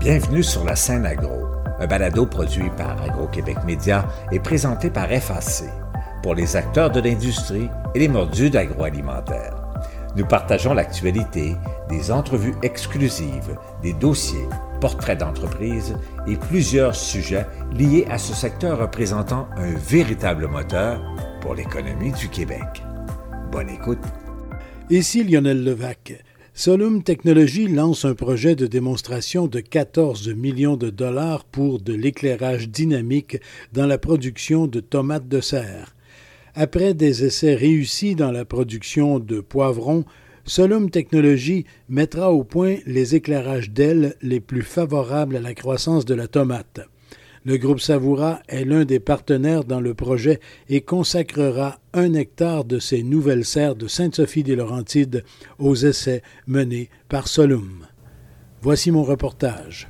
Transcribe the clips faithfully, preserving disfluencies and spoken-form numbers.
Bienvenue sur la scène agro, un balado produit par Agro-Québec Média et présenté par F A C, pour les acteurs de l'industrie et les mordus d'agroalimentaire. Nous partageons l'actualité, des entrevues exclusives, des dossiers, portraits d'entreprises et plusieurs sujets liés à ce secteur représentant un véritable moteur pour l'économie du Québec. Bonne écoute. Ici Lionel Levac. Solum Technologies lance un projet de démonstration de quatorze millions de dollars pour de l'éclairage dynamique dans la production de tomates de serre. Après des essais réussis dans la production de poivrons, Solum Technologies mettra au point les éclairages d'ailes les plus favorables à la croissance de la tomate. Le groupe Savoura est l'un des partenaires dans le projet et consacrera un hectare de ses nouvelles serres de Sainte-Sophie-des-Laurentides aux essais menés par Solum. Voici mon reportage.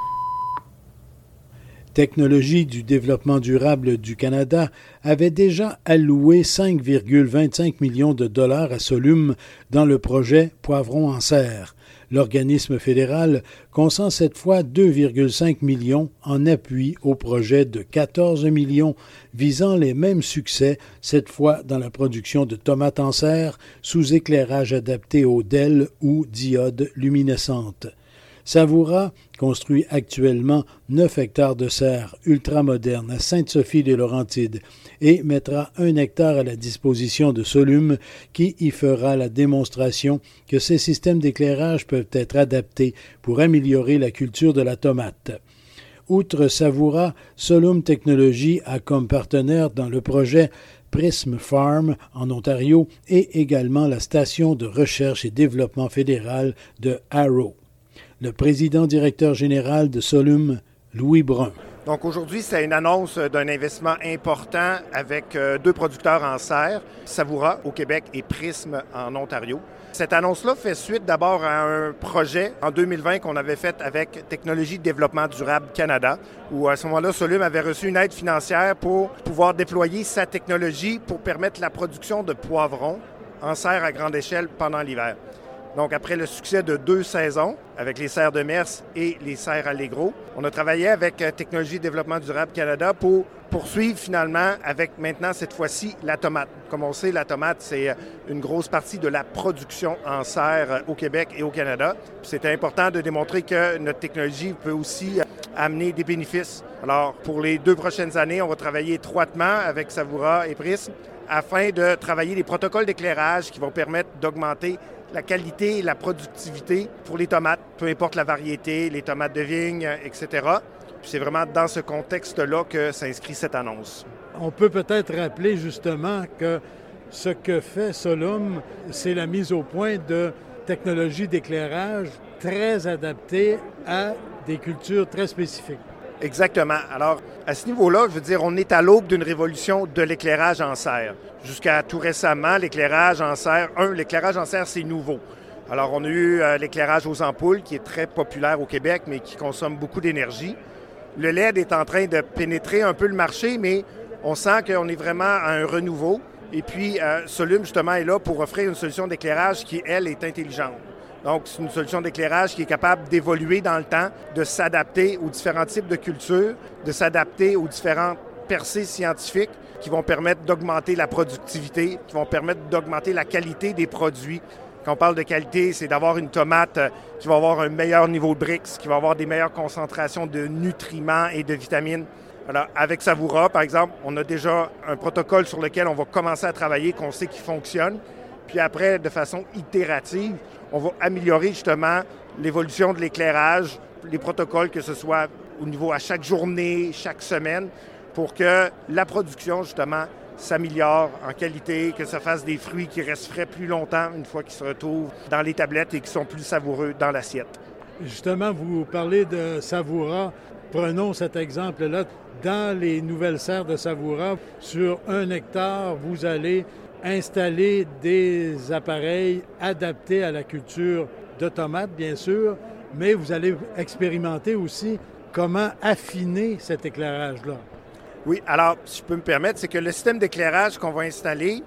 Technologie du développement durable du Canada avait déjà alloué cinq virgule vingt-cinq millions de dollars à Solum dans le projet Poivrons en serre. L'organisme fédéral consent cette fois deux virgule cinq millions en appui au projet de quatorze millions visant les mêmes succès, cette fois dans la production de tomates en serre sous éclairage adapté aux D E L ou diodes luminescentes. Savoura construit actuellement neuf hectares de serre ultramodernes à Sainte-Sophie-des-Laurentides et mettra un hectare à la disposition de Solum qui y fera la démonstration que ces systèmes d'éclairage peuvent être adaptés pour améliorer la culture de la tomate. Outre Savoura, Solum Technologies a comme partenaire dans le projet Prism Farm en Ontario et également la station de recherche et développement fédéral de Arrow. Le président-directeur général de Solum, Louis Brun. Donc aujourd'hui, c'est une annonce d'un investissement important avec euh, deux producteurs en serre, Savoura au Québec et Prism en Ontario. Cette annonce-là fait suite d'abord à un projet en deux mille vingt qu'on avait fait avec Technologie de développement durable Canada, où à ce moment-là, Solum avait reçu une aide financière pour pouvoir déployer sa technologie pour permettre la production de poivrons en serre à grande échelle pendant l'hiver. Donc, après le succès de deux saisons, avec les serres de Mers et les serres Allegro, on a travaillé avec Technologie de développement durable Canada pour poursuivre finalement avec maintenant, cette fois-ci, la tomate. Comme on sait, la tomate, c'est une grosse partie de la production en serre au Québec et au Canada. Puis c'était important de démontrer que notre technologie peut aussi amener des bénéfices. Alors, pour les deux prochaines années, on va travailler étroitement avec Savoura et Prism afin de travailler les protocoles d'éclairage qui vont permettre d'augmenter la qualité et la productivité pour les tomates, peu importe la variété, les tomates de vigne, et cetera. Puis c'est vraiment dans ce contexte-là que s'inscrit cette annonce. On peut peut-être rappeler justement que ce que fait Solum, c'est la mise au point de technologies d'éclairage très adaptées à des cultures très spécifiques. Exactement. Alors, à ce niveau-là, je veux dire, on est à l'aube d'une révolution de l'éclairage en serre. Jusqu'à tout récemment, l'éclairage en serre, un, l'éclairage en serre, c'est nouveau. Alors, on a eu euh, l'éclairage aux ampoules, qui est très populaire au Québec, mais qui consomme beaucoup d'énergie. Le L E D est en train de pénétrer un peu le marché, mais on sent qu'on est vraiment à un renouveau. Et puis, euh, Solum, justement, est là pour offrir une solution d'éclairage qui, elle, est intelligente. Donc, c'est une solution d'éclairage qui est capable d'évoluer dans le temps, de s'adapter aux différents types de cultures, de s'adapter aux différentes percées scientifiques qui vont permettre d'augmenter la productivité, qui vont permettre d'augmenter la qualité des produits. Quand on parle de qualité, c'est d'avoir une tomate qui va avoir un meilleur niveau de Brix, qui va avoir des meilleures concentrations de nutriments et de vitamines. Alors, avec Savoura, par exemple, on a déjà un protocole sur lequel on va commencer à travailler, qu'on sait qu'il fonctionne. Puis après, de façon itérative, on va améliorer justement l'évolution de l'éclairage, les protocoles, que ce soit au niveau à chaque journée, chaque semaine, pour que la production, justement, s'améliore en qualité, que ça fasse des fruits qui restent frais plus longtemps une fois qu'ils se retrouvent dans les tablettes et qui sont plus savoureux dans l'assiette. Justement, vous parlez de Savoura. Prenons cet exemple-là. Dans les nouvelles serres de Savoura, sur un hectare, vous allez installer des appareils adaptés à la culture de tomates, bien sûr, mais vous allez expérimenter aussi comment affiner cet éclairage-là. Oui, alors, si je peux me permettre, c'est que le système d'éclairage qu'on va installer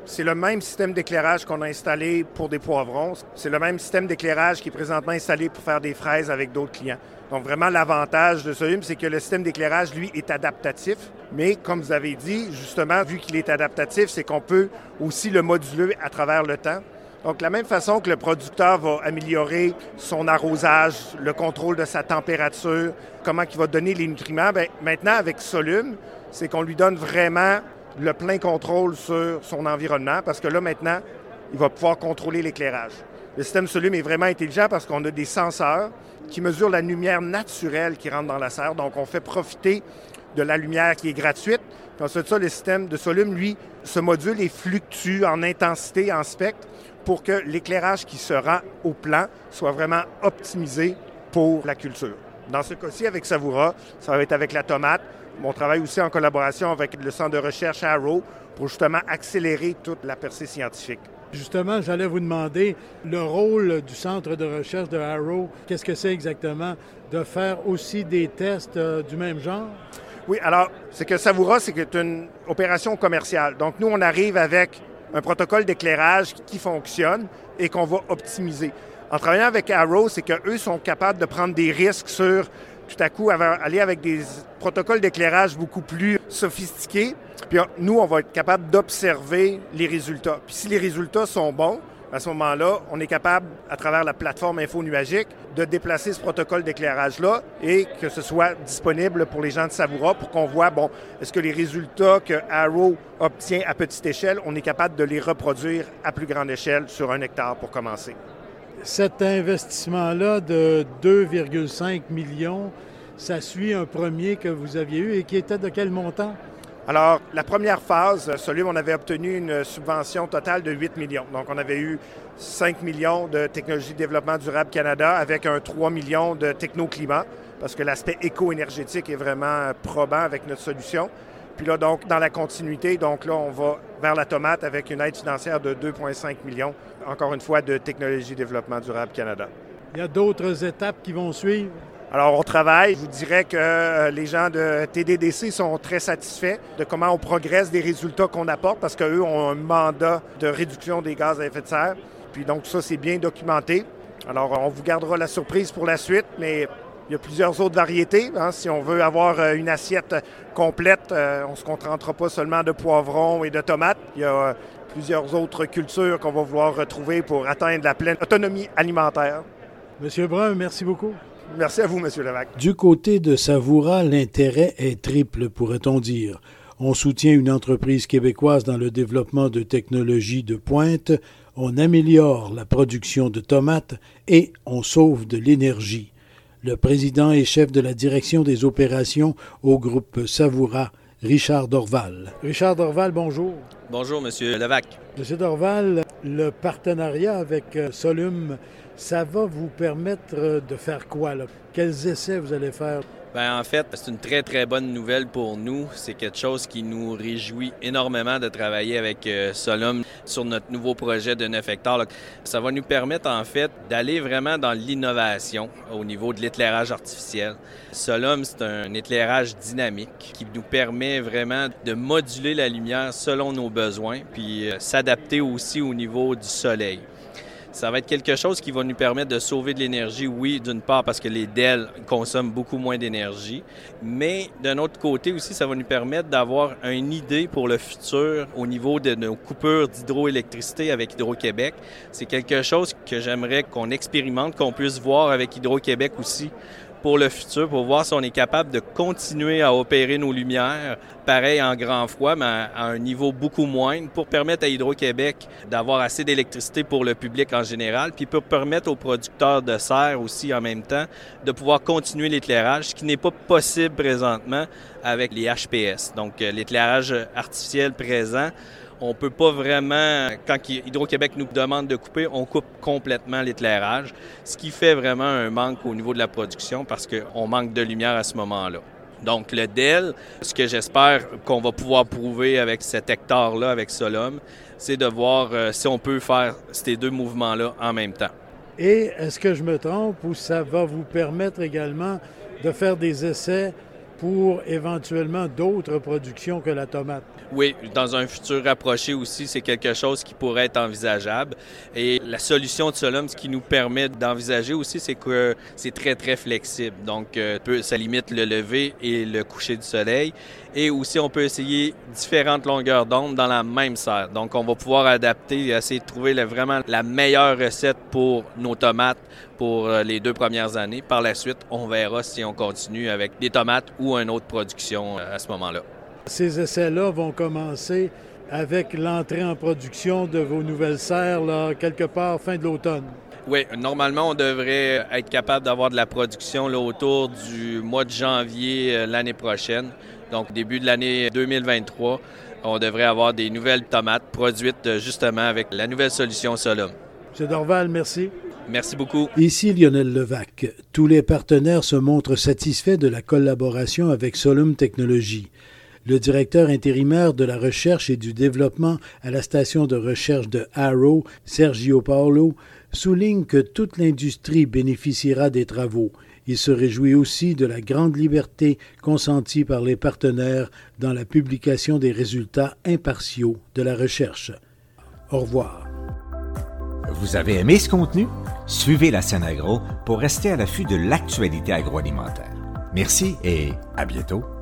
c'est le même système d'éclairage qu'on a installé pour des poivrons. C'est le même système d'éclairage qui est présentement installé pour faire des fraises avec d'autres clients. Donc vraiment, l'avantage de Solume, c'est que le système d'éclairage, lui, est adaptatif. Mais comme vous avez dit, justement, vu qu'il est adaptatif, c'est qu'on peut aussi le moduler à travers le temps. Donc, de la même façon que le producteur va améliorer son arrosage, le contrôle de sa température, comment il va donner les nutriments, bien, maintenant, avec Solume, c'est qu'on lui donne vraiment le plein contrôle sur son environnement parce que là, maintenant, il va pouvoir contrôler l'éclairage. Le système Solume est vraiment intelligent parce qu'on a des senseurs qui mesurent la lumière naturelle qui rentre dans la serre. Donc, on fait profiter de la lumière qui est gratuite. Puis ensuite, ça, le système de Solume, lui, se module et fluctue en intensité, en spectre, pour que l'éclairage qui se rend au plant soit vraiment optimisé pour la culture. Dans ce cas-ci, avec Savoura, ça va être avec la tomate. On travaille aussi en collaboration avec le centre de recherche Arrow pour justement accélérer toute la percée scientifique. Justement, j'allais vous demander le rôle du centre de recherche de Arrow. Qu'est-ce que c'est exactement? De faire aussi des tests euh, du même genre? Oui, alors, c'est que Savoura, c'est que c'est une opération commerciale. Donc, nous, on arrive avec un protocole d'éclairage qui fonctionne et qu'on va optimiser. En travaillant avec Arrow, c'est qu'eux sont capables de prendre des risques sur, tout à coup, aller avec des protocoles d'éclairage beaucoup plus sophistiqués. Puis nous, on va être capable d'observer les résultats. Puis si les résultats sont bons, à ce moment-là, on est capable, à travers la plateforme Info Nuagique, de déplacer ce protocole d'éclairage-là et que ce soit disponible pour les gens de Savoura pour qu'on voit, bon, est-ce que les résultats que Arrow obtient à petite échelle, on est capable de les reproduire à plus grande échelle sur un hectare pour commencer. Cet investissement-là de deux virgule cinq millions, ça suit un premier que vous aviez eu et qui était de quel montant? Alors, la première phase, Solume, on avait obtenu une subvention totale de huit millions. Donc, on avait eu cinq millions de Technologie de développement durable Canada avec un trois millions de Technoclimat, parce que l'aspect éco-énergétique est vraiment probant avec notre solution. Puis là, donc, dans la continuité, donc là, on va vers la tomate avec une aide financière de deux virgule cinq millions, encore une fois, de Technologie de développement durable Canada. Il y a d'autres étapes qui vont suivre? Alors, on travaille. Je vous dirais que les gens de T D D C sont très satisfaits de comment on progresse des résultats qu'on apporte parce qu'eux ont un mandat de réduction des gaz à effet de serre. Puis donc, ça, c'est bien documenté. Alors, on vous gardera la surprise pour la suite, mais il y a plusieurs autres variétés. Hein. Si on veut avoir une assiette complète, on ne se contentera pas seulement de poivrons et de tomates. Il y a plusieurs autres cultures qu'on va vouloir retrouver pour atteindre la pleine autonomie alimentaire. Monsieur Brun, merci beaucoup. Merci à vous, M. Levac. Du côté de Savoura, l'intérêt est triple, pourrait-on dire. On soutient une entreprise québécoise dans le développement de technologies de pointe, on améliore la production de tomates et on sauve de l'énergie. Le président et chef de la direction des opérations au groupe Savoura, Richard Dorval. Richard Dorval, bonjour. Bonjour, M. Levac. M. Dorval, le partenariat avec Solume, ça va vous permettre de faire quoi, là? Quels essais vous allez faire? Bien, en fait, c'est une très, très bonne nouvelle pour nous. C'est quelque chose qui nous réjouit énormément de travailler avec euh, Solume sur notre nouveau projet de neuf hectares. Là. Ça va nous permettre, en fait, d'aller vraiment dans l'innovation au niveau de l'éclairage artificiel. Solume, c'est un éclairage dynamique qui nous permet vraiment de moduler la lumière selon nos besoins, puis euh, s'adapter aussi au niveau du soleil. Ça va être quelque chose qui va nous permettre de sauver de l'énergie, oui, d'une part parce que les D E L consomment beaucoup moins d'énergie, mais d'un autre côté aussi, ça va nous permettre d'avoir une idée pour le futur au niveau de nos coupures d'hydroélectricité avec Hydro-Québec. C'est quelque chose que j'aimerais qu'on expérimente, qu'on puisse voir avec Hydro-Québec aussi pour le futur, pour voir si on est capable de continuer à opérer nos lumières, pareil en grand froid, mais à un niveau beaucoup moindre, pour permettre à Hydro-Québec d'avoir assez d'électricité pour le public en général, puis pour permettre aux producteurs de serre aussi en même temps de pouvoir continuer l'éclairage, ce qui n'est pas possible présentement avec les H P S. Donc l'éclairage artificiel présent, on ne peut pas vraiment, quand Hydro-Québec nous demande de couper, on coupe complètement l'éclairage, ce qui fait vraiment un manque au niveau de la production parce qu'on manque de lumière à ce moment-là. Donc le D E L, ce que j'espère qu'on va pouvoir prouver avec cet hectare-là, avec Solume, c'est de voir euh, si on peut faire ces deux mouvements-là en même temps. Et est-ce que je me trompe ou ça va vous permettre également de faire des essais pour éventuellement d'autres productions que la tomate. Oui, dans un futur rapproché aussi, c'est quelque chose qui pourrait être envisageable. Et la solution de Solum, ce qui nous permet d'envisager aussi, c'est que c'est très, très flexible. Donc, euh, ça limite le lever et le coucher du soleil. Et aussi, on peut essayer différentes longueurs d'onde dans la même serre. Donc, on va pouvoir adapter et essayer de trouver le, vraiment la meilleure recette pour nos tomates pour les deux premières années. Par la suite, on verra si on continue avec des tomates ou une autre production à ce moment-là. Ces essais-là vont commencer avec l'entrée en production de vos nouvelles serres, là, quelque part fin de l'automne. Oui, normalement, on devrait être capable d'avoir de la production là, autour du mois de janvier euh, l'année prochaine. Donc, début de l'année deux mille vingt-trois, on devrait avoir des nouvelles tomates produites justement avec la nouvelle solution Solum. M. Dorval, merci. Merci beaucoup. Ici Lionel Levac. Tous les partenaires se montrent satisfaits de la collaboration avec Solum Technologies. Le directeur intérimaire de la recherche et du développement à la station de recherche de Arrow, Sergio Paolo, souligne que toute l'industrie bénéficiera des travaux. Il se réjouit aussi de la grande liberté consentie par les partenaires dans la publication des résultats impartiaux de la recherche. Au revoir. Vous avez aimé ce contenu? Suivez la Scène Agro pour rester à l'affût de l'actualité agroalimentaire. Merci et à bientôt.